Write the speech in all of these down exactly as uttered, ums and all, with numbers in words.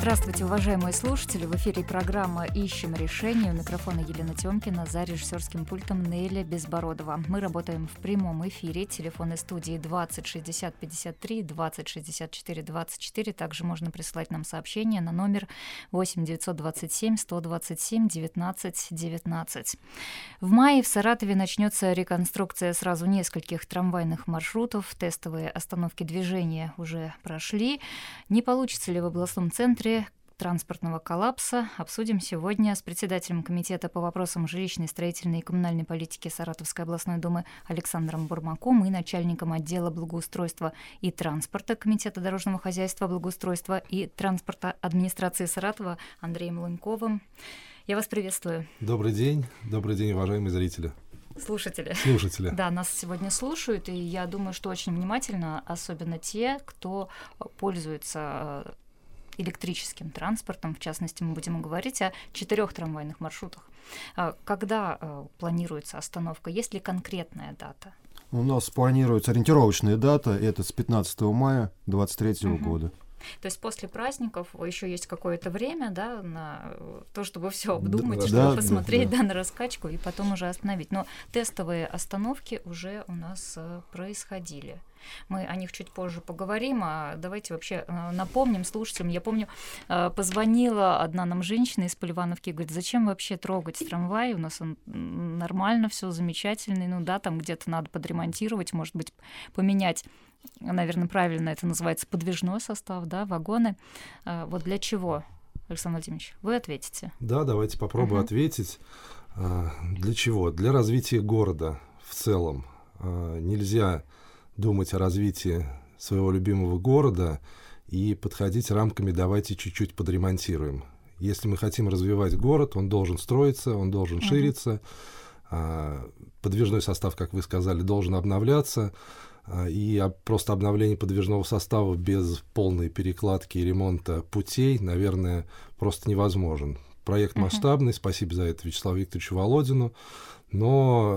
Здравствуйте, уважаемые слушатели! В эфире программа «Ищем решение». У микрофона Елена Тёмкина, за режиссерским пультом Неля Безбородова. Мы работаем в прямом эфире. Телефоны студии двадцать шестьдесят пятьдесят три, двадцать шестьдесят четыре двадцать четыре. Также можно присылать нам сообщение на номер восемь девятьсот двадцать семь сто двадцать семь девятнадцать девятнадцать. В мае в Саратове начнется реконструкция сразу нескольких трамвайных маршрутов. Тестовые остановки движения уже прошли. Не получится ли в областном центре транспортного коллапса, обсудим сегодня с председателем Комитета по вопросам жилищной, строительной и коммунальной политики Саратовской областной думы Александром Бурмаком и начальником отдела благоустройства и транспорта Комитета дорожного хозяйства, благоустройства и транспорта администрации Саратова Андреем Луньковым. Я вас приветствую. Добрый день, добрый день, уважаемые зрители. Слушатели. Слушатели. Да, нас сегодня слушают, и я думаю, что очень внимательно, особенно те, кто пользуется электрическим транспортом. В частности, мы будем говорить о четырех трамвайных маршрутах. Когда планируется остановка? Есть ли конкретная дата? У нас планируется ориентировочная дата, это с пятнадцатого мая двадцать третьего угу. года. То есть после праздников еще есть какое-то время, да, на то, чтобы все обдумать, да, чтобы да, посмотреть да. Да, на раскачку и потом уже остановить. Но тестовые остановки уже у нас происходили. Мы о них чуть позже поговорим, а давайте вообще напомним слушателям. Я помню, позвонила одна нам женщина из Поливановки и говорит, зачем вообще трогать трамвай, у нас он нормально, все замечательный, ну да, там где-то надо подремонтировать, может быть, поменять, наверное, правильно это называется, подвижной состав, да, вагоны. Вот для чего, Александр Владимирович, вы ответите? Да, давайте попробую uh-huh. ответить. Для чего? Для развития города в целом. Нельзя думать о развитии своего любимого города и подходить рамками «давайте чуть-чуть подремонтируем». Если мы хотим развивать город, он должен строиться, он должен uh-huh. шириться, подвижной состав, как вы сказали, должен обновляться, и просто обновление подвижного состава без полной перекладки и ремонта путей, наверное, просто невозможен. Проект uh-huh. масштабный, спасибо за это Вячеславу Викторовичу Володину. Но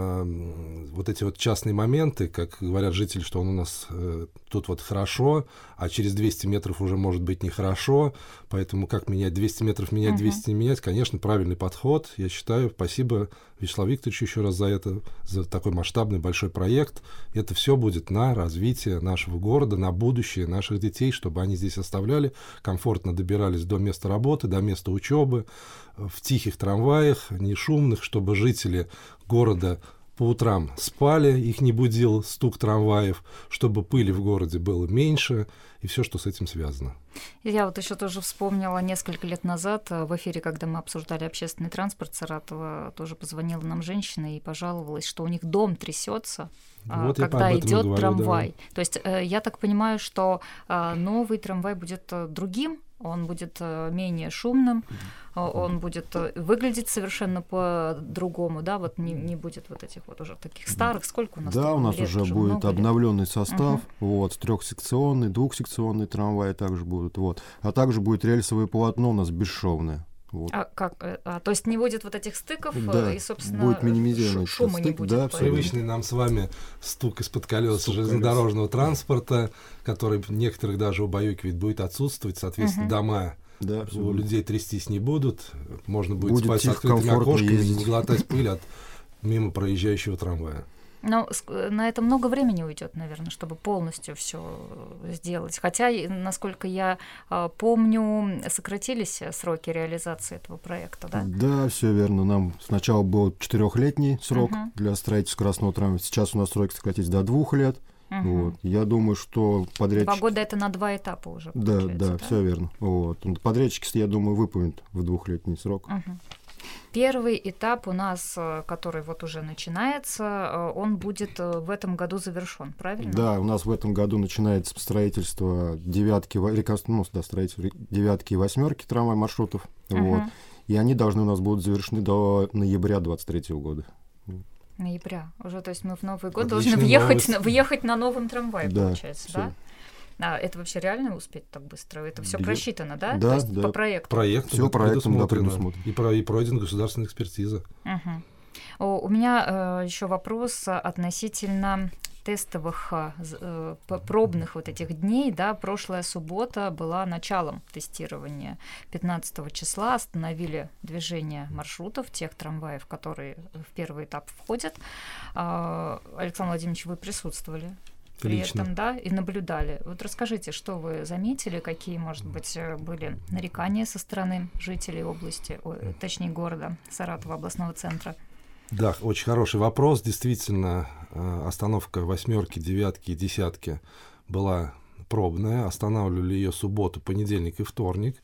э, вот эти вот частные моменты, как говорят жители, что он у нас э, тут вот хорошо, а через двести метров уже может быть нехорошо, поэтому как менять двести метров, менять uh-huh. двести не менять, конечно, правильный подход, я считаю. Спасибо Вячеславу Викторовичу еще раз за это, за такой масштабный большой проект. Это все будет на развитие нашего города, на будущее наших детей, чтобы они здесь оставляли, комфортно добирались до места работы, до места учебы, в тихих трамваях, не шумных, чтобы жители города по утрам спали, их не будил стук трамваев, чтобы пыли в городе было меньше, и все, что с этим связано. Я вот еще тоже вспомнила несколько лет назад в эфире, когда мы обсуждали общественный транспорт Саратова, тоже позвонила нам женщина и пожаловалась, что у них дом трясется, вот когда идет трамвай. Да. То есть я так понимаю, что новый трамвай будет другим, он будет менее шумным, он будет выглядеть совершенно по-другому, да, вот не, не будет вот этих вот уже таких старых, сколько у нас? Да, у нас лет, уже будет обновленный состав, угу. вот, трехсекционный, двухсекционный трамвай также будут, вот, а также будет рельсовое полотно у нас бесшовное. Вот. А как? А, то есть не будет вот этих стыков, да, и, собственно, будет минимизирован шума стык, не будет. Да, привычный нам с вами стук из-под колес стук железнодорожного колес. транспорта, который некоторых даже убаюкивает, будет отсутствовать, соответственно, uh-huh. дома да, у людей трястись не будут, можно будет, будет спать с открытыми окошками и не глотать пыль от мимо проезжающего трамвая. Но на это много времени уйдет, наверное, чтобы полностью все сделать. Хотя, насколько я помню, сократились сроки реализации этого проекта, да? Да, все верно. Нам сначала был четырехлетний срок uh-huh. для строительства скоростного трамвая. Сейчас у нас сроки сократились до двух лет. Uh-huh. Вот. Я думаю, что подрядчики... Два года это на два этапа уже. Да, да, да, все верно. Вот. Подрядчики, я думаю, выполнят в двухлетний срок. Uh-huh. Первый этап у нас, который вот уже начинается, он будет в этом году завершен, правильно? Да, у нас в этом году начинается строительство девятки, ну, да, строительство девятки и восьмерки трамвай маршрутов, uh-huh. вот, и они должны у нас будут завершены до ноября двадцать третьего года. Ноября уже, то есть мы в Новый год Отличная должны въехать на, въехать на новом трамвае, да, получается, всё. Да? А это вообще реально успеть так быстро? Это все просчитано, да? Да, То есть да. По проекту? Проект все проектом да, предусмотрено. И, про, и пройдена государственная экспертиза. Угу. У меня э, еще вопрос относительно тестовых, э, пробных вот этих дней, да, прошлая суббота была началом тестирования. пятнадцатого числа остановили движение маршрутов, тех трамваев, которые в первый этап входят. Э, Александр Владимирович, вы присутствовали при Лично. этом, да, и наблюдали. Вот расскажите, что вы заметили, какие, может быть, были нарекания со стороны жителей области, ой, точнее города Саратова, областного центра? Да, очень хороший вопрос. Действительно, остановка восьмерки, девятки и десятки была пробная. Останавливали ее субботу, понедельник и вторник.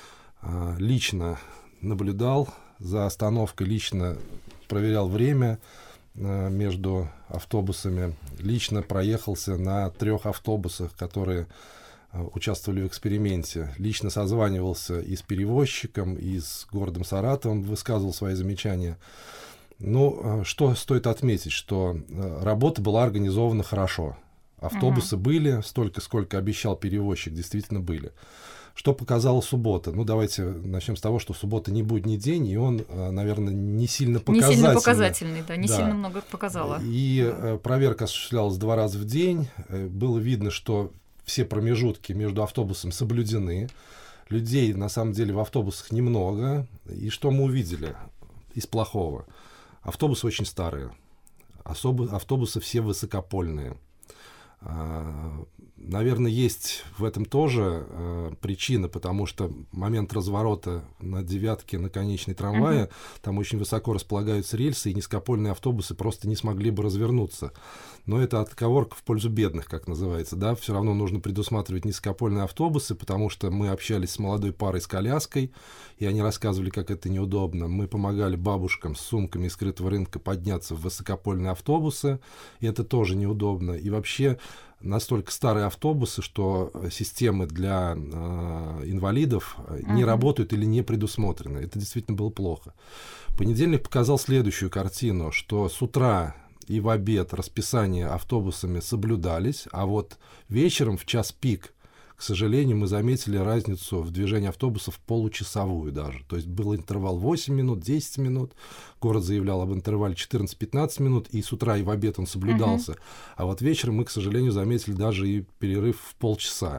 Лично наблюдал за остановкой, лично проверял время между автобусами. Лично проехался на трех автобусах, которые участвовали в эксперименте. Лично созванивался и с перевозчиком, и с городом Саратовым, высказывал свои замечания. Ну, что стоит отметить, что работа была организована хорошо. Автобусы uh-huh. были, столько, сколько обещал перевозчик, действительно были. Что показала суббота? Ну, давайте начнем с того, что суббота не будний день, и он, наверное, не сильно показательный. Не сильно показательный, да, не да. сильно много показала. И да. проверка осуществлялась два раза в день. Было видно, что все промежутки между автобусом соблюдены. Людей, на самом деле, в автобусах немного. И что мы увидели из плохого? Автобусы очень старые, Особо, автобусы все высокопольные. Наверное, есть в этом тоже э, причина, потому что момент разворота на девятке на конечной трамвае, uh-huh. там очень высоко располагаются рельсы, и низкопольные автобусы просто не смогли бы развернуться. Но это отговорка в пользу бедных, как называется, да, все равно нужно предусматривать низкопольные автобусы, потому что мы общались с молодой парой с коляской, и они рассказывали, как это неудобно. Мы помогали бабушкам с сумками из скрытого рынка подняться в высокопольные автобусы, и это тоже неудобно. И вообще настолько старые автобусы, что системы для э, инвалидов не uh-huh. работают или не предусмотрены. Это действительно было плохо. Понедельник показал следующую картину, что с утра и в обед расписание автобусами соблюдались, а вот вечером в час пик, к сожалению, мы заметили разницу в движении автобусов получасовую даже. То есть был интервал восемь минут, десять минут. Город заявлял об интервале четырнадцать-пятнадцать минут, и с утра и в обед он соблюдался. Uh-huh. А вот вечером мы, к сожалению, заметили даже и перерыв в полчаса.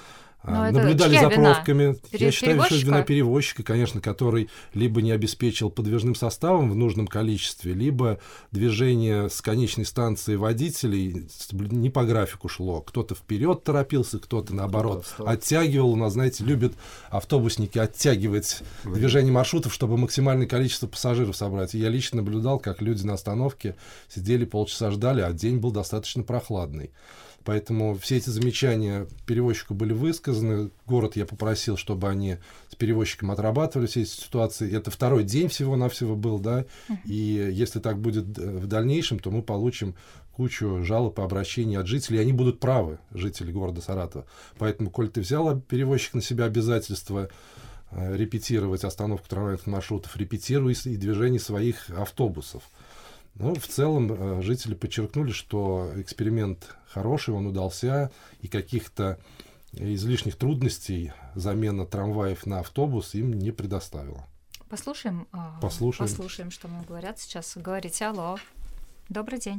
Но наблюдали за пробками. Пере- Я считаю, что это вина перевозчика, конечно, который либо не обеспечил подвижным составом в нужном количестве, либо движение с конечной станции водителей не по графику шло. Кто-то вперед торопился, кто-то, наоборот, кто-то оттягивал. У нас, знаете, любят автобусники оттягивать Вы... движение маршрутов, чтобы максимальное количество пассажиров собрать. И я лично наблюдал, как люди на остановке сидели полчаса ждали, а день был достаточно прохладный. Поэтому все эти замечания перевозчику были высказаны. Город я попросил, чтобы они с перевозчиком отрабатывали все эти ситуации. Это второй день всего-навсего был, да. Uh-huh. И если так будет в дальнейшем, то мы получим кучу жалоб и обращений от жителей. И они будут правы, жители города Саратова. Поэтому, коль ты взял перевозчик на себя обязательство репетировать остановку трамвайных маршрутов, репетируй и движение своих автобусов. Ну, в целом, жители подчеркнули, что эксперимент хороший, он удался, и каких-то излишних трудностей замена трамваев на автобус им не предоставила. Послушаем, послушаем. послушаем, что нам говорят сейчас. Говорите, алло, добрый день.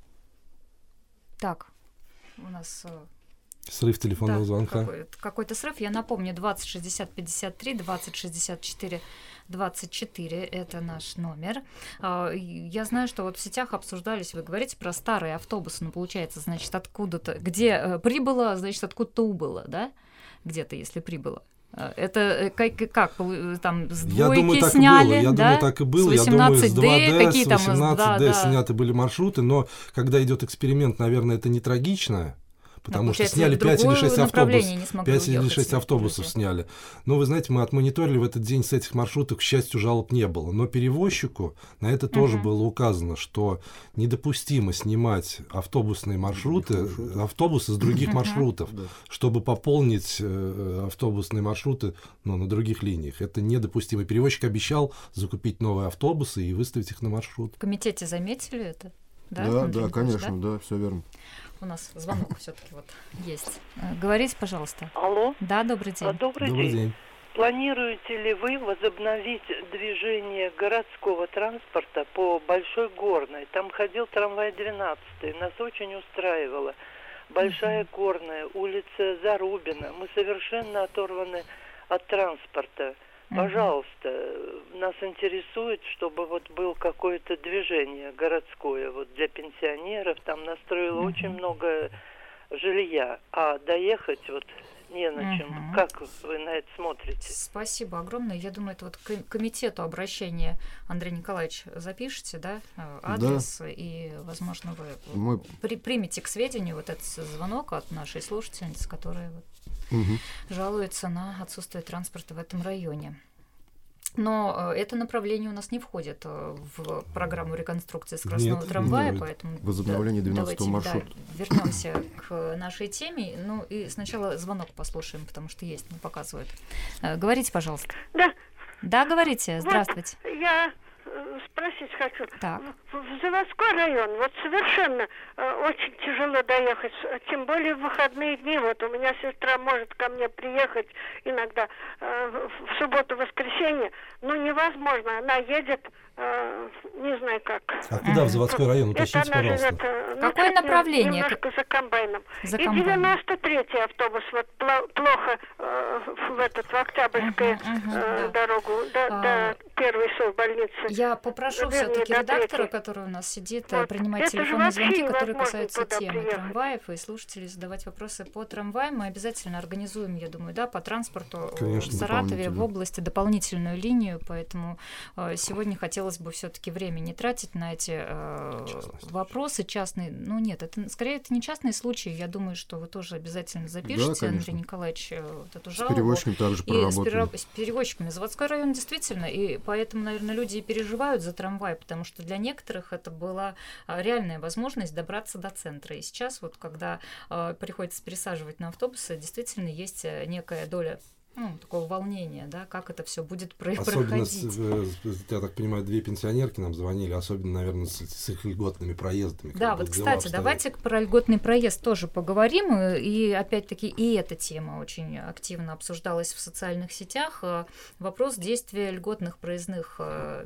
Так, у нас... Срыв телефонного да, звонка. Какой-то, какой-то срыв. Я напомню, двадцать шестьдесят пятьдесят три, двадцать шестьдесят четыре двадцать четыре — это наш номер. Я знаю, что вот в сетях обсуждались, вы говорите про старые автобусы, но получается, значит, откуда-то, где прибыло, значит, откуда-то убыло, да? Где-то, если прибыло. Это как, как там с двойки я думаю, так сняли, и было. Я да? думаю, так и было. С восемнадцать дэ, я думаю, с какие там восемнадцать дэ да, да. сняты были маршруты, но когда идет эксперимент, наверное, это не трагично. Потому да, что сняли пять или шесть автобусов. пять или шесть автобусов люди. сняли. Но вы знаете, мы отмониторили в этот день с этих маршрутов, к счастью, жалоб не было. Но перевозчику на это тоже uh-huh. было указано, что недопустимо снимать автобусные маршруты, автобусы с других uh-huh. маршрутов, uh-huh. чтобы пополнить э, автобусные маршруты ну, на других линиях. Это недопустимо. Перевозчик обещал закупить новые автобусы и выставить их на маршрут. В комитете заметили это? Да, да, да конечно, да, да все верно. У нас звонок все-таки вот есть. Говорите, пожалуйста. Алло. Да, добрый день. Добрый, добрый день. день. Планируете ли вы возобновить движение городского транспорта по Большой Горной? Там ходил трамвай двенадцатый, нас очень устраивало. Большая Горная, улица Зарубина. Мы совершенно оторваны от транспорта. Пожалуйста, нас интересует, чтобы вот было какое-то движение городское вот для пенсионеров. Там настроило uh-huh. очень много жилья, а доехать вот не на чем. Uh-huh. Как вы на это смотрите? Спасибо огромное. Я думаю, это вот к комитету обращения, Андрей Николаевич, запишите, да, адрес, да. И, возможно, вы Мы... при, примете к сведению вот этот звонок от нашей слушательницы, которая вот угу. жалуется на отсутствие транспорта в этом районе. Но это направление у нас не входит в программу реконструкции скоростного нет, трамвая, нет. Поэтому возобновление двенадцатого маршрута. Да, вернемся к нашей теме. Ну и сначала звонок послушаем, потому что есть, не показывают. Говорите, пожалуйста. Да. Да, говорите. Здравствуйте. Вот я спросить хочу. Так. В, в заводской район вот совершенно э, очень тяжело доехать, тем более в выходные дни. Вот у меня сестра может ко мне приехать иногда э, в субботу-воскресенье, но невозможно. Она едет, э, не знаю как. А куда в заводской район? Уточните, пожалуйста. Живет, э, ну, какое направление? Немножко за комбайном. За И комбайном. девяносто третий автобус вот плохо э, в этот в Октябрьскую uh-huh, uh-huh, э, да. дорогу до, а... до первой совбольницы. Я попрошу все-таки редактора, который у нас сидит, вот. принимать это телефонные звонки, которые касаются темы приехать. трамваев, и слушателей задавать вопросы по трамваям. Мы обязательно организуем, я думаю, да, по транспорту Конечно, в Саратове, в области дополнительную линию, поэтому э, сегодня хотелось бы все-таки время не тратить на эти э, вопросы частные. Ну нет, это скорее это не частные случаи. Я думаю, что вы тоже обязательно запишите, да, Андрей Николаевич, вот эту жалобу. С перевозчиками также проработаем. И с, с перевозчиками. Заводской район действительно, и поэтому, наверное, люди и переживают за трамвай, потому что для некоторых это была реальная возможность добраться до центра. И сейчас, вот, когда э, приходится пересаживать на автобусы, действительно есть некая доля ну, такого волнения, да, как это все будет про- особенно проходить. С, я так понимаю, две пенсионерки нам звонили, особенно, наверное, с, с их льготными проездами. Да, вот, кстати, давайте про льготный проезд тоже поговорим. И, опять-таки, и эта тема очень активно обсуждалась в социальных сетях. Вопрос действия льготных проездных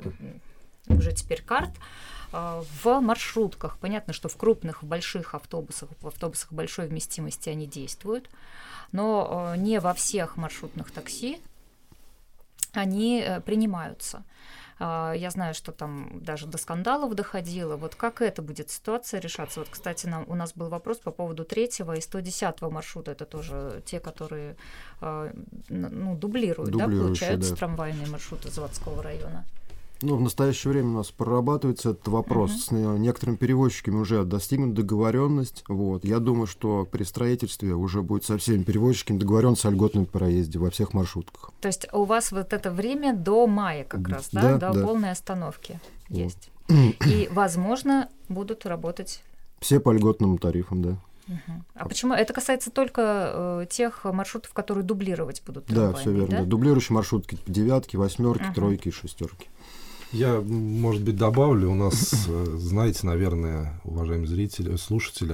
уже теперь карт в маршрутках. Понятно, что в крупных, в больших автобусах, в автобусах большой вместимости они действуют, но не во всех маршрутных такси они принимаются. Я знаю, что там даже до скандалов доходило. Вот как это будет ситуация решаться? Вот, кстати, нам, у нас был вопрос по поводу третьего и сто десятого маршрута. Это тоже те, которые ну, дублируют, да, получаются, да, трамвайные маршруты заводского района. Ну, в настоящее время у нас прорабатывается этот вопрос. Uh-huh. С некоторыми перевозчиками уже достигнута договоренность. Вот. Я думаю, что при строительстве уже будет со всеми перевозчиками договоренность о льготном проезде во всех маршрутках. То есть у вас вот это время до мая как раз, да, да, до да. полной остановки вот. Есть. И, возможно, будут работать... Все по льготным тарифам, да. Uh-huh. А почему? Это касается только э, тех маршрутов, которые дублировать будут трамваями, да? Все верно. Да? Дублирующие маршрутки девятки, восьмерки, uh-huh. тройки и шестерки. Я, может быть, добавлю, у нас, знаете, наверное, уважаемые зрители, слушатели,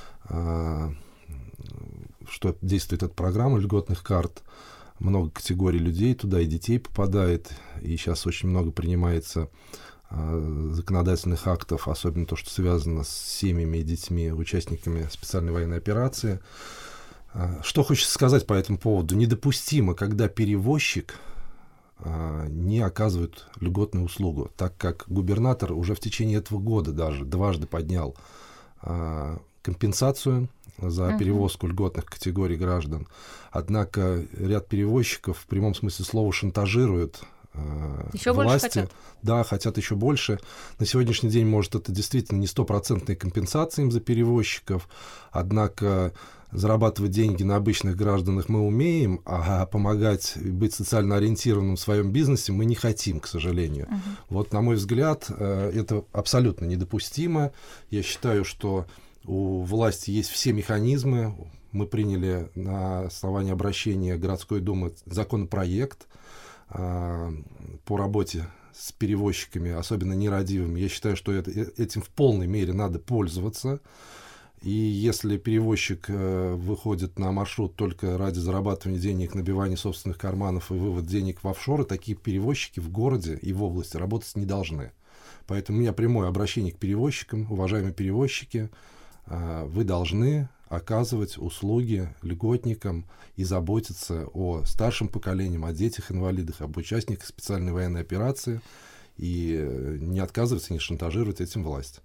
что действует эта программа льготных карт. Много категорий людей туда, и детей попадает, и сейчас очень много принимается законодательных актов, особенно то, что связано с семьями и детьми, участниками специальной военной операции. Что хочется сказать по этому поводу? Недопустимо, когда перевозчик не оказывают льготную услугу, так как губернатор уже в течение этого года даже дважды поднял а, компенсацию за uh-huh. перевозку льготных категорий граждан. Однако ряд перевозчиков в прямом смысле слова шантажируют а, еще власти. Больше хотят. Да, хотят еще больше. На сегодняшний день, может, это действительно не стопроцентная компенсация им за перевозчиков, однако зарабатывать деньги на обычных гражданах мы умеем, а помогать быть социально ориентированным в своем бизнесе мы не хотим, к сожалению. Uh-huh. Вот, на мой взгляд, это абсолютно недопустимо. Я считаю, что у власти есть все механизмы. Мы приняли на основании обращения городской думы законопроект по работе с перевозчиками, особенно нерадивыми. Я считаю, что это, этим в полной мере надо пользоваться. И если перевозчик э, выходит на маршрут только ради зарабатывания денег, набивания собственных карманов и вывод денег в офшоры, такие перевозчики в городе и в области работать не должны. Поэтому у меня прямое обращение к перевозчикам. Уважаемые перевозчики, э, вы должны оказывать услуги льготникам и заботиться о старшем поколении, о детях-инвалидах, об участниках специальной военной операции и э, не отказываться, не шантажировать этим власть.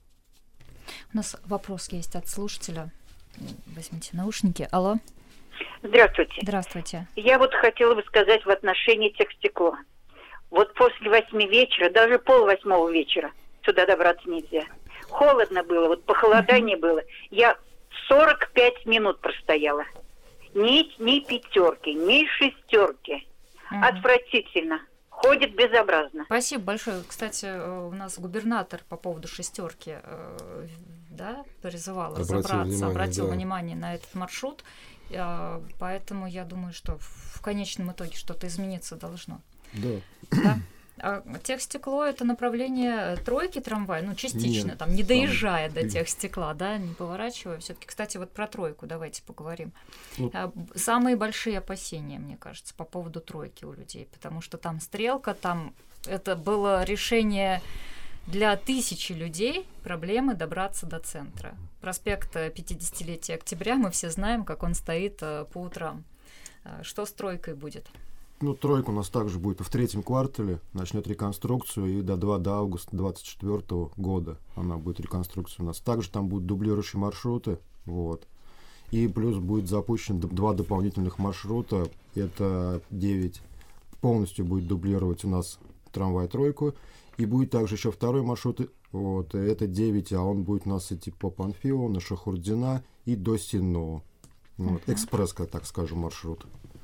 У нас вопрос есть от слушателя. Возьмите наушники. Алло. Здравствуйте. Здравствуйте. Я вот хотела бы сказать в отношении техстекла. Вот после восьми вечера, даже пол восьмого вечера сюда добраться нельзя. Холодно было, вот похолодание uh-huh. было. Я сорок пять минут простояла. Ни, ни пятерки, ни шестерки. Uh-huh. Отвратительно. Ходит безобразно. Спасибо большое. Кстати, у нас губернатор по поводу шестерки э, да, призывал разобраться, внимание, обратил да. внимание на этот маршрут. Э, поэтому я думаю, что в конечном итоге что-то измениться должно. Да. Да? А техстекло — это направление тройки трамвая, ну, частично, Нет, там, не доезжая там... до техстекла, да, не поворачивая. Все-таки, кстати, вот про тройку давайте поговорим. Ну... Самые большие опасения, мне кажется, по поводу тройки у людей, потому что там стрелка, там это было решение для тысячи людей проблемы добраться до центра. Проспект пятидесятилетия Октября, мы все знаем, как он стоит по утрам. Что с тройкой будет? Ну, тройка у нас также будет в третьем квартале, начнет реконструкцию, и до второго августа двадцать четвёртого года она будет реконструкция у нас. Также там будут дублирующие маршруты, вот. И плюс будет запущен два дополнительных маршрута, это девять, полностью будет дублировать у нас трамвай-тройку, и будет также еще второй маршрут, вот, это девять, а он будет у нас идти по Панфилову, на Шахурдина и до Сино. Вот, uh-huh. экспресс, как так скажем, маршрут.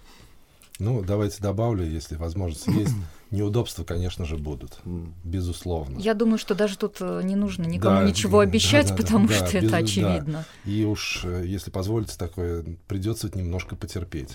Ну, давайте добавлю, если возможность есть. Неудобства, конечно же, будут, безусловно. Я думаю, что даже тут не нужно никому да, ничего обещать, да, да, потому да, что да, это без, очевидно. Да. И уж, если позволите такое, придется немножко потерпеть.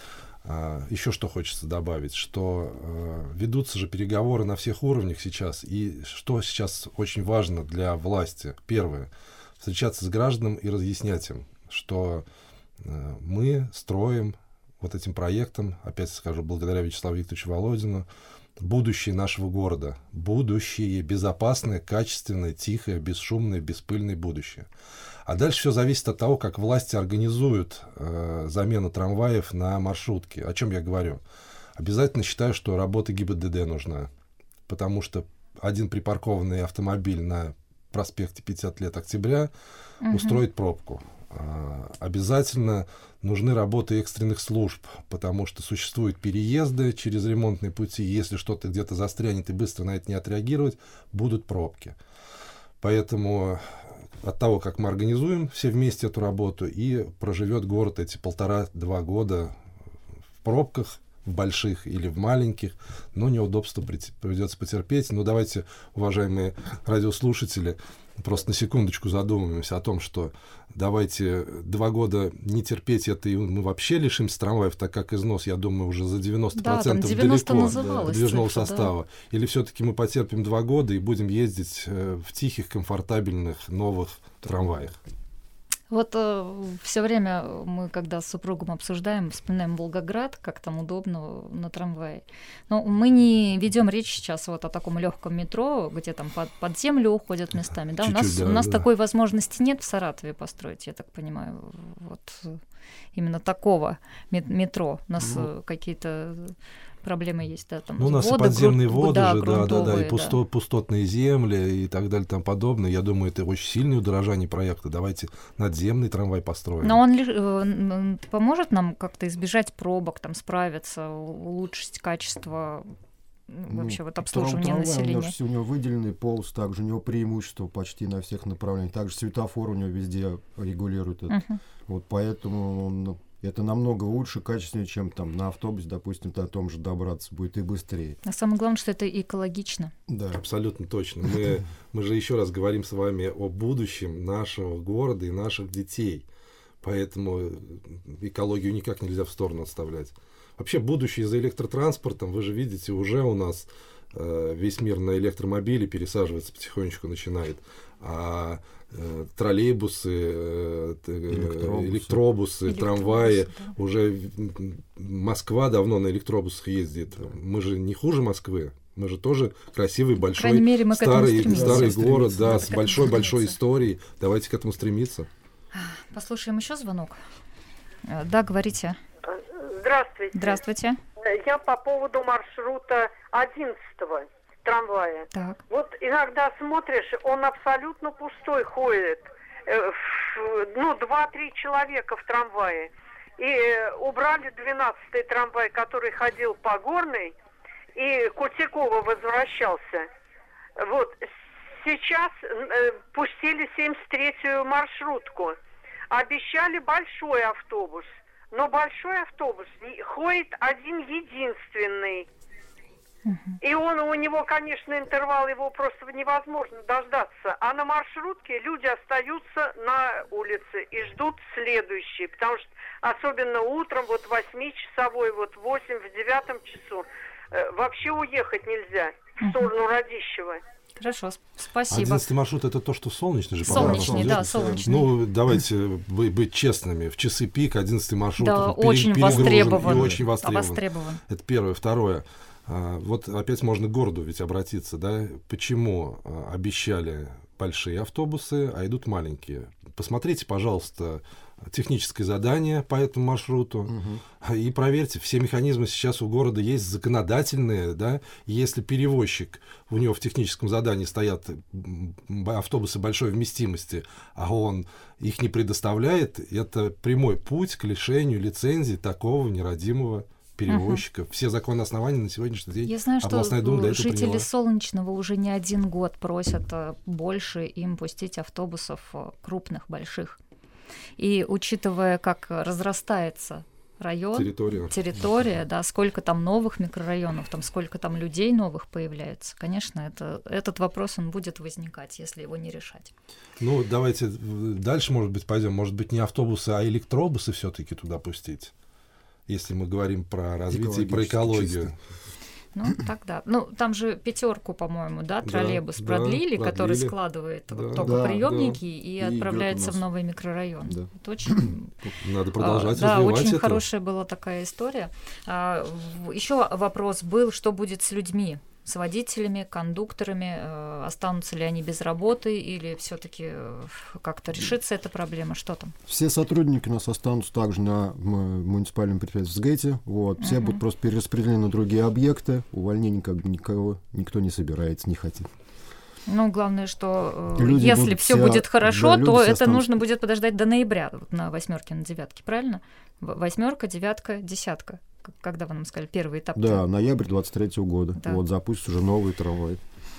А, еще что хочется добавить, что а, ведутся же переговоры на всех уровнях сейчас, и что сейчас очень важно для власти. Первое, встречаться с гражданами и разъяснять им, что а, мы строим вот этим проектом, опять скажу, благодаря Вячеславу Викторовичу Володину, будущее нашего города. Будущее, безопасное, качественное, тихое, бесшумное, беспыльное будущее. А дальше все зависит от того, как власти организуют э, замену трамваев на маршрутки. О чем я говорю? Обязательно считаю, что работа ГИБДД нужна, потому что один припаркованный автомобиль на проспекте пятьдесят лет Октября угу. устроит пробку. Обязательно нужны работы экстренных служб, потому что существуют переезды через ремонтные пути. Если что-то где-то застрянет и быстро на это не отреагировать, будут пробки. Поэтому от того, как мы организуем все вместе эту работу, и проживет город эти полтора-два года в пробках, в больших или в маленьких, но неудобства придется потерпеть. Но давайте, уважаемые радиослушатели, просто на секундочку задумаемся о том, что давайте два года не терпеть это, и мы вообще лишимся трамваев, так как износ, я думаю, уже за девяносто процентов да, девяносто далеко подвижного состава. Да. Или все-таки мы потерпим два года и будем ездить в тихих, комфортабельных, новых трамваях. Вот э, все время мы, когда с супругом обсуждаем, вспоминаем Волгоград, как там удобно на трамвае. Но мы не ведем речь сейчас вот о таком легком метро, где там под, под землю уходят местами. Да? У нас, да, у нас да. такой возможности нет в Саратове построить, я так понимаю, вот именно такого метро. У нас ну. какие-то проблемы есть, да, там ну, у нас воды, и подземные гру... воды да, же, да, да, да, и пусто, да. пустотные земли и так далее, там подобное. Я думаю, это очень сильное удорожание проекта. Давайте надземный трамвай построим. Но он э, поможет нам как-то избежать пробок, там справиться, улучшить качество вообще ну, вот обслуживания трамвай, населения. У него, у него выделенный полос, также у него преимущество почти на всех направлениях. Также светофор у него везде регулирует это. Uh-huh. Вот поэтому он... Это намного лучше, качественнее, чем там на автобусе, допустим, на том же добраться будет и быстрее. А самое главное, что это экологично. Да, абсолютно точно. Мы, мы же еще раз говорим с вами о будущем нашего города и наших детей. Поэтому экологию никак нельзя в сторону отставлять. Вообще будущее за электротранспортом, вы же видите, уже у нас э, весь мир на электромобили пересаживаться потихонечку начинает, а э, троллейбусы, э, электробусы, электробусы трамваи, да. Уже Москва давно на электробусах ездит. Да. Мы же не хуже Москвы. Мы же тоже красивый, большой, мере, мы старый, старый город, да, с большой-большой историей. Давайте к этому стремиться. Послушаем еще звонок. Да, говорите. Здравствуйте. Здравствуйте. Я по поводу маршрута одиннадцатого трамвая. Так. Вот иногда смотришь, он абсолютно пустой ходит. Ну, два-три человека в трамвае. И убрали двенадцатый трамвай, который ходил по Горной, и Кутякова возвращался. Вот сейчас э, пустили семьдесят третью маршрутку. Обещали большой автобус. Но большой автобус ходит один единственный. Uh-huh. И он, у него, конечно, интервал, его просто невозможно дождаться. А на маршрутке люди остаются на улице и ждут следующий. Потому что особенно утром, вот восьмичасовой, вот в восемь, в девятом часу, э, вообще уехать нельзя в сторону uh-huh. Радищева. Хорошо, спасибо. Одиннадцатый маршрут — это то, что солнечный же, солнечный, да, солнечный. Ну, давайте быть честными. В часы пик одиннадцатый маршрут да, очень востребован. И очень востребован. востребован. Это первое. Второе. Вот опять можно к городу ведь обратиться, да? Почему обещали большие автобусы, а идут маленькие? Посмотрите, пожалуйста, техническое задание по этому маршруту угу. и проверьте, все механизмы сейчас у города есть законодательные, да, если перевозчик, у него в техническом задании стоят автобусы большой вместимости, а он их не предоставляет, это прямой путь к лишению лицензии такого нерадимого перевозчиков. Uh-huh. Все законные основания на сегодняшний день. Я знаю, областная дума для что этого жители приняла. Солнечного уже не один год просят больше им пустить автобусов крупных, больших. И учитывая, как разрастается район, территория, территория да, сколько там новых микрорайонов, там сколько там людей новых появляется, конечно, это, этот вопрос, он будет возникать, если его не решать. Ну, давайте дальше, может быть, пойдем. Может быть, не автобусы, а электробусы все-таки туда пустить, если мы говорим про развитие и про экологию. Чисто. Ну, тогда. Ну, там же пятерку, по-моему, да, троллейбус да, продлили, да, который продлили. складывает да, только да, приемники да. и, и отправляется в новый микрорайон. Да. Это очень... Надо продолжать да, развивать очень это. Хорошая была такая история. А, еще вопрос был, что будет с людьми, с водителями, кондукторами, э, останутся ли они без работы или все-таки как-то решится эта проблема, что там? Все сотрудники у нас останутся также на муниципальном предприятии в СГЭТе, вот, все uh-huh. будут просто перераспределены на другие объекты, увольнений как бы никого, никто не собирается, не хотит. Ну, главное, что э, если все будет хорошо, да, то это останутся. Нужно будет подождать до ноября, вот на восьмерке, на девятке, правильно? Восьмерка, девятка, десятка. Когда вы нам сказали, первый этап? Да, ноябрь двадцать третьего года. Да. Вот запустится уже новый трамвай.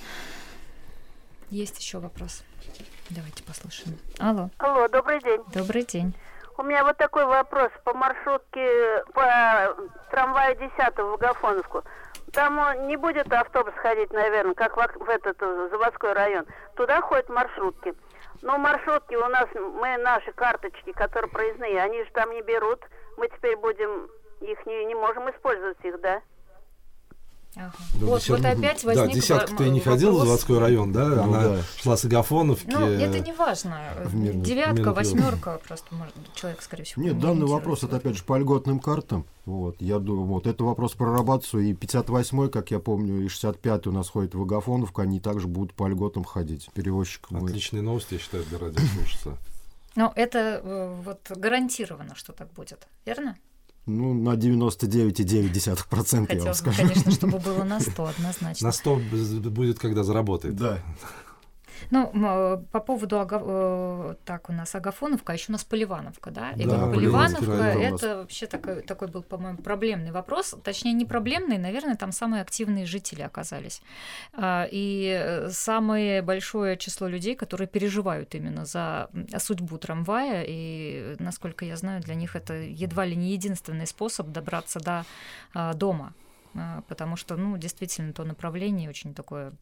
Есть еще вопрос. Давайте послушаем. Алло. Алло, добрый день. Добрый день. У меня вот такой вопрос по маршрутке, по трамваю десятого в Агафоновку. Там не будет автобус ходить, наверное, как в этот заводской район. Туда ходят маршрутки. Но маршрутки у нас, мы наши карточки, которые проездные, они же там не берут. Мы теперь будем... Их не, не можем использовать их, да? Ага. Да, вот, десят... вот опять возник... Да, десятка-то и не ходила в заводской район, да? Ну, Она да. шла с Агафоновки. Ну, это не важно. Девятка, восьмерка, просто может, человек, скорее всего, Нет, данный вопрос, это опять же по льготным картам. Вот, я думаю, вот, это вопрос прорабатывается. И пятьдесят восьмой, как я помню, и шестьдесят пятый у нас ходит в Агафоновку, они также будут по льготам ходить. Перевозчикам. Отличные новости, я считаю, для радиослушателя. Ну, это вот гарантированно, что так будет, верно? Ну, на девяносто девять целых девять десятых процента, я вам скажу. Конечно, чтобы было на сто, однозначно. На сто будет, когда заработает. Да. Ну, по поводу Ага... так, у нас Агафоновка, а еще у нас Поливановка, да? И да, вот Поливановка, это вообще такой, такой был, по-моему, проблемный вопрос. Точнее, не проблемный, наверное, там самые активные жители оказались. И самое большое число людей, которые переживают именно за судьбу трамвая, и, насколько я знаю, для них это едва ли не единственный способ добраться до дома, потому что, ну, действительно, то направление очень такое...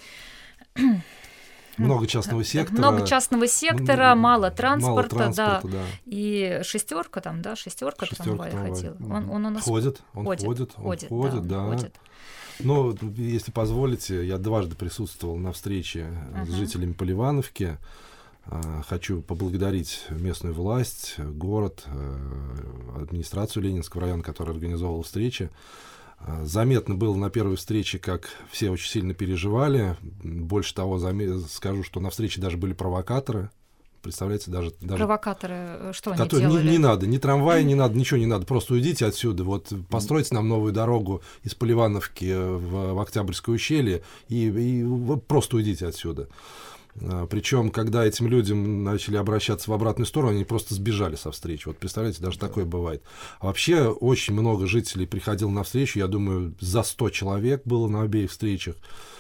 Много частного сектора. Много частного сектора, мало транспорта, мало транспорта да. да. И шестерка там, да, шестерка трамвая ходила. Он, он у нас ходит, он ходит, ходит, он ходит, ходит, да. да. Ходит. Ну, если позволите, я дважды присутствовал на встрече uh-huh. с жителями Поливановки. Хочу поблагодарить местную власть, город, администрацию Ленинского района, которая организовывала встречи. Заметно было на первой встрече, как все очень сильно переживали. Больше того, зам... скажу, что на встрече даже были провокаторы. Представляете, даже... даже... Провокаторы, что они которые... делали? Не, не надо, ни трамвая, не надо, ничего не надо. Просто уйдите отсюда. Вот постройте нам новую дорогу из Поливановки в, в Октябрьское ущелье и, и просто уйдите отсюда. Причем, когда этим людям начали обращаться в обратную сторону, они просто сбежали со встречи. Вот представляете, даже да. такое бывает. А вообще очень много жителей приходило на встречу. Я думаю, за сто человек было на обеих встречах.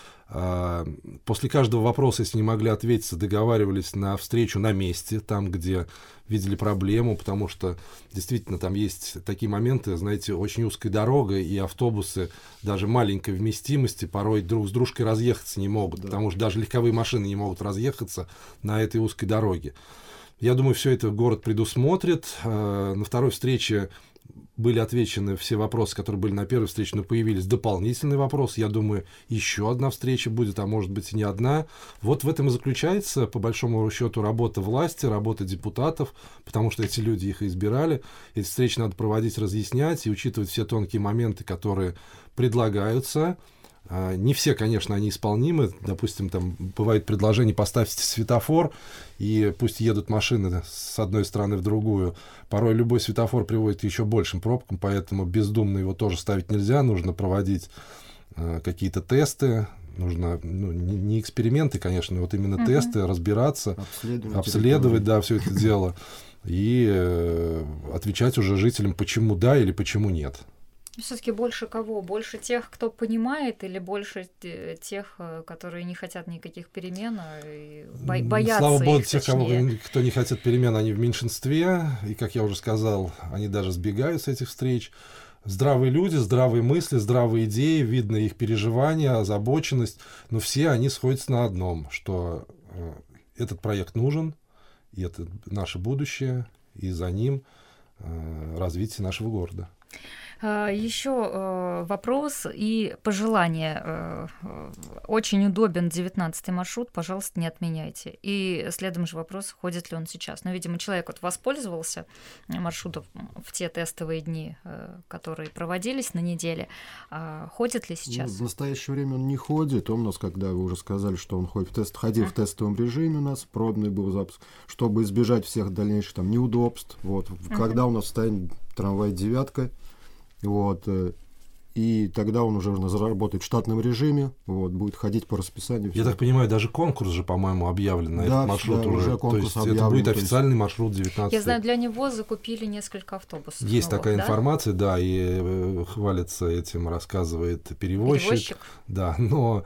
После каждого вопроса, если не могли ответить, договаривались на встречу на месте, там, где видели проблему, потому что действительно там есть такие моменты, знаете, очень узкая дорога, и автобусы даже маленькой вместимости порой друг с дружкой разъехаться не могут, да. потому что даже легковые машины не могут разъехаться на этой узкой дороге. Я думаю, все это город предусмотрит. На второй встрече были отвечены все вопросы, которые были на первой встрече, но появились дополнительные вопросы. Я думаю, еще одна встреча будет, а может быть и не одна. Вот в этом и заключается, по большому счету, работа власти, работа депутатов, потому что эти люди их и избирали. Эти встречи надо проводить, разъяснять и учитывать все тонкие моменты, которые предлагаются. Не все, конечно, они исполнимы. Допустим, там бывает предложение: поставьте светофор, и пусть едут машины с одной стороны в другую. Порой любой светофор приводит к еще большим пробкам, поэтому бездумно его тоже ставить нельзя. Нужно проводить э, какие-то тесты. Нужно, ну, не, не эксперименты, конечно, но вот именно uh-huh. тесты, разбираться, обследовать, обследовать да, все это дело и э, отвечать уже жителям, почему да или почему нет. Все-таки больше кого? Больше тех, кто понимает, или больше тех, которые не хотят никаких перемен и бо- боятся Слава богу, их, тех, кого, кто не хотят перемен, они в меньшинстве. И, как я уже сказал, они даже сбегают с этих встреч. Здравые люди, здравые мысли, здравые идеи, видно их переживания, озабоченность. Но все они сходятся на одном, что этот проект нужен, и это наше будущее, и за ним развитие нашего города. Еще вопрос и пожелание. Очень удобен девятнадцатый маршрут, пожалуйста, не отменяйте. И следом же вопрос, ходит ли он сейчас. Но, видимо, человек вот воспользовался маршрутом в те тестовые дни, которые проводились на неделе. Ходит ли сейчас? Ну, в настоящее время он не ходит. Он у нас, когда вы уже сказали, что он ходит в тест, ходил а? в тестовом режиме, у нас пробный был запуск, чтобы избежать всех дальнейших там неудобств. Вот. Uh-huh. Когда у нас станет трамвай «девятка», вот, и тогда он уже заработает в штатном режиме, вот, будет ходить по расписанию. Я так понимаю, даже конкурс же, по-моему, объявлен на да, этот маршрут да, уже. То есть объявлен, это будет официальный есть... маршрут девятнадцатый. Я знаю, для него закупили несколько автобусов. Есть новых, такая да? информация, да, и э, хвалится этим, рассказывает перевозчик. Перевозчик? Да, но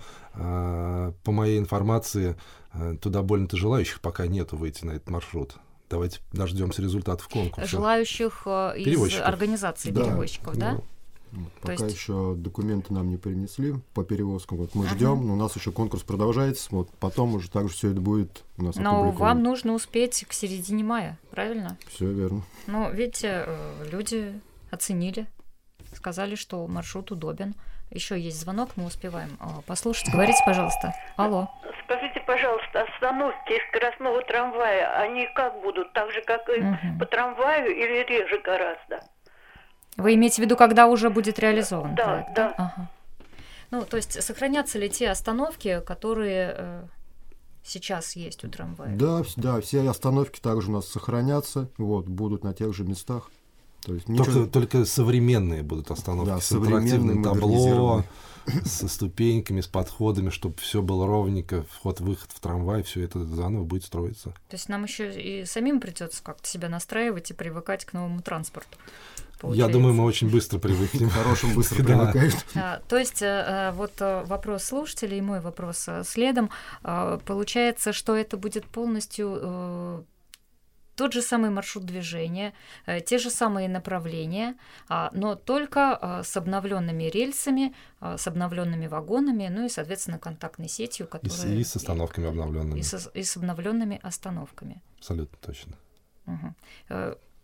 э, по моей информации э, туда больно-то желающих пока нету выйти на этот маршрут. Давайте дождемся результатов конкурса. Желающих из организации да, перевозчиков, да? да? Вот, пока есть... еще документы нам не принесли по перевозкам. Вот мы ага. ждем, но у нас еще конкурс продолжается. Вот потом уже также все это будет у нас. Но вам нужно успеть к середине мая, правильно? Все верно. Ну, видите, люди оценили, сказали, что маршрут удобен. Еще есть звонок, мы успеваем послушать. Говорите, пожалуйста. Алло. Скажите, пожалуйста, остановки скоростного трамвая, они как будут? Так же, как и угу. по трамваю, или реже гораздо? Вы имеете в виду, когда уже будет реализован да, проект? Да, да. Ага. Ну, то есть сохранятся ли те остановки, которые э, сейчас есть у трамвая? Да, да, все остановки также у нас сохранятся, вот, будут на тех же местах. То есть ничего... только, только современные будут остановки, да, с интерактивным табло, со ступеньками, с подходами, чтобы все было ровненько, вход-выход в трамвай, все это заново будет строиться. То есть нам еще и самим придется как-то себя настраивать и привыкать к новому транспорту. Получается. Я думаю, мы очень быстро привыкнем. Хорошим быстро привыкаешь. То есть вот вопрос слушателей и мой вопрос следом. Получается, что это будет полностью тот же самый маршрут движения, те же самые направления, но только с обновленными рельсами, с обновленными вагонами, ну и, соответственно, контактной сетью, которая... И с остановками обновленными. И с, и с обновленными остановками. Абсолютно точно. Угу.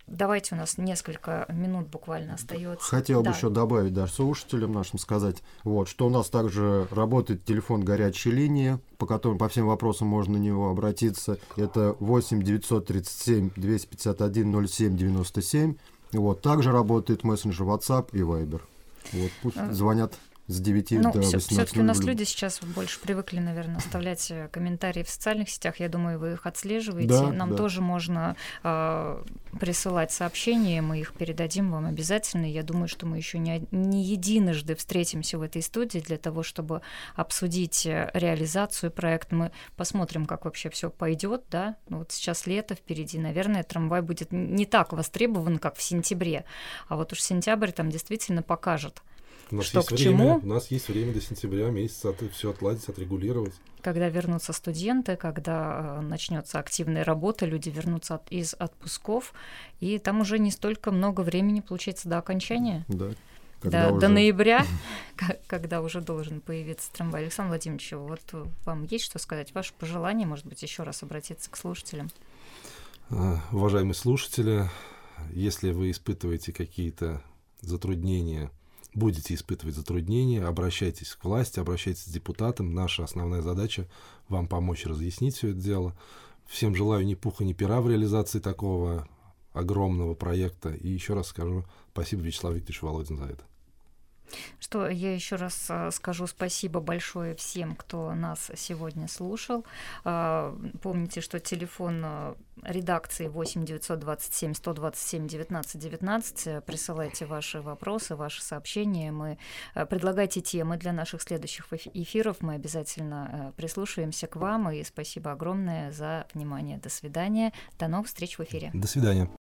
давайте, у нас несколько минут буквально остается. Хотел да. бы еще добавить даже слушателям нашим сказать, вот, что у нас также работает телефон горячей линии, по которому по всем вопросам можно на него обратиться. Это восемь девятьсот тридцать семь двести пятьдесят один ноль семь девяносто семь. Вот, также работает мессенджер WhatsApp и Viber. Вот, пусть звонят с девяти ну, до восемнадцати. Все-таки у нас люди сейчас больше привыкли, наверное, оставлять комментарии в социальных сетях. Я думаю, вы их отслеживаете. Да, Нам да. тоже можно э, присылать сообщения, мы их передадим вам обязательно. Я думаю, что мы еще не, не единожды встретимся в этой студии для того, чтобы обсудить реализацию проекта. Мы посмотрим, как вообще все пойдет. Да? Ну, вот сейчас лето впереди. Наверное, трамвай будет не так востребован, как в сентябре. А вот уж сентябрь там действительно покажет, У нас, что есть к время, чему. у нас есть время до сентября месяца все отладить, отрегулировать. Когда вернутся студенты, когда э, начнется активная работа, люди вернутся от, из отпусков, и там уже не столько много времени получается до окончания. Да. До, уже... до ноября, когда уже должен появиться трамвай. Александр Владимирович, вот вам есть что сказать? Ваше пожелание, может быть, еще раз обратиться к слушателям? Уважаемые слушатели, если вы испытываете какие-то затруднения, будете испытывать затруднения, обращайтесь к власти, обращайтесь к депутатам. Наша основная задача — вам помочь разъяснить все это дело. Всем желаю ни пуха, ни пера в реализации такого огромного проекта. И еще раз скажу спасибо Вячеславу Викторовичу Володину за это. Что я еще раз скажу спасибо большое всем, кто нас сегодня слушал. Помните, что телефон редакции восемь девятьсот двадцать семь сто двадцать семь девятнадцать девятнадцать. Присылайте ваши вопросы, ваши сообщения. Мы предлагайте темы для наших следующих эфиров. Мы обязательно прислушаемся к вам. И спасибо огромное за внимание. До свидания. До новых встреч в эфире. До свидания.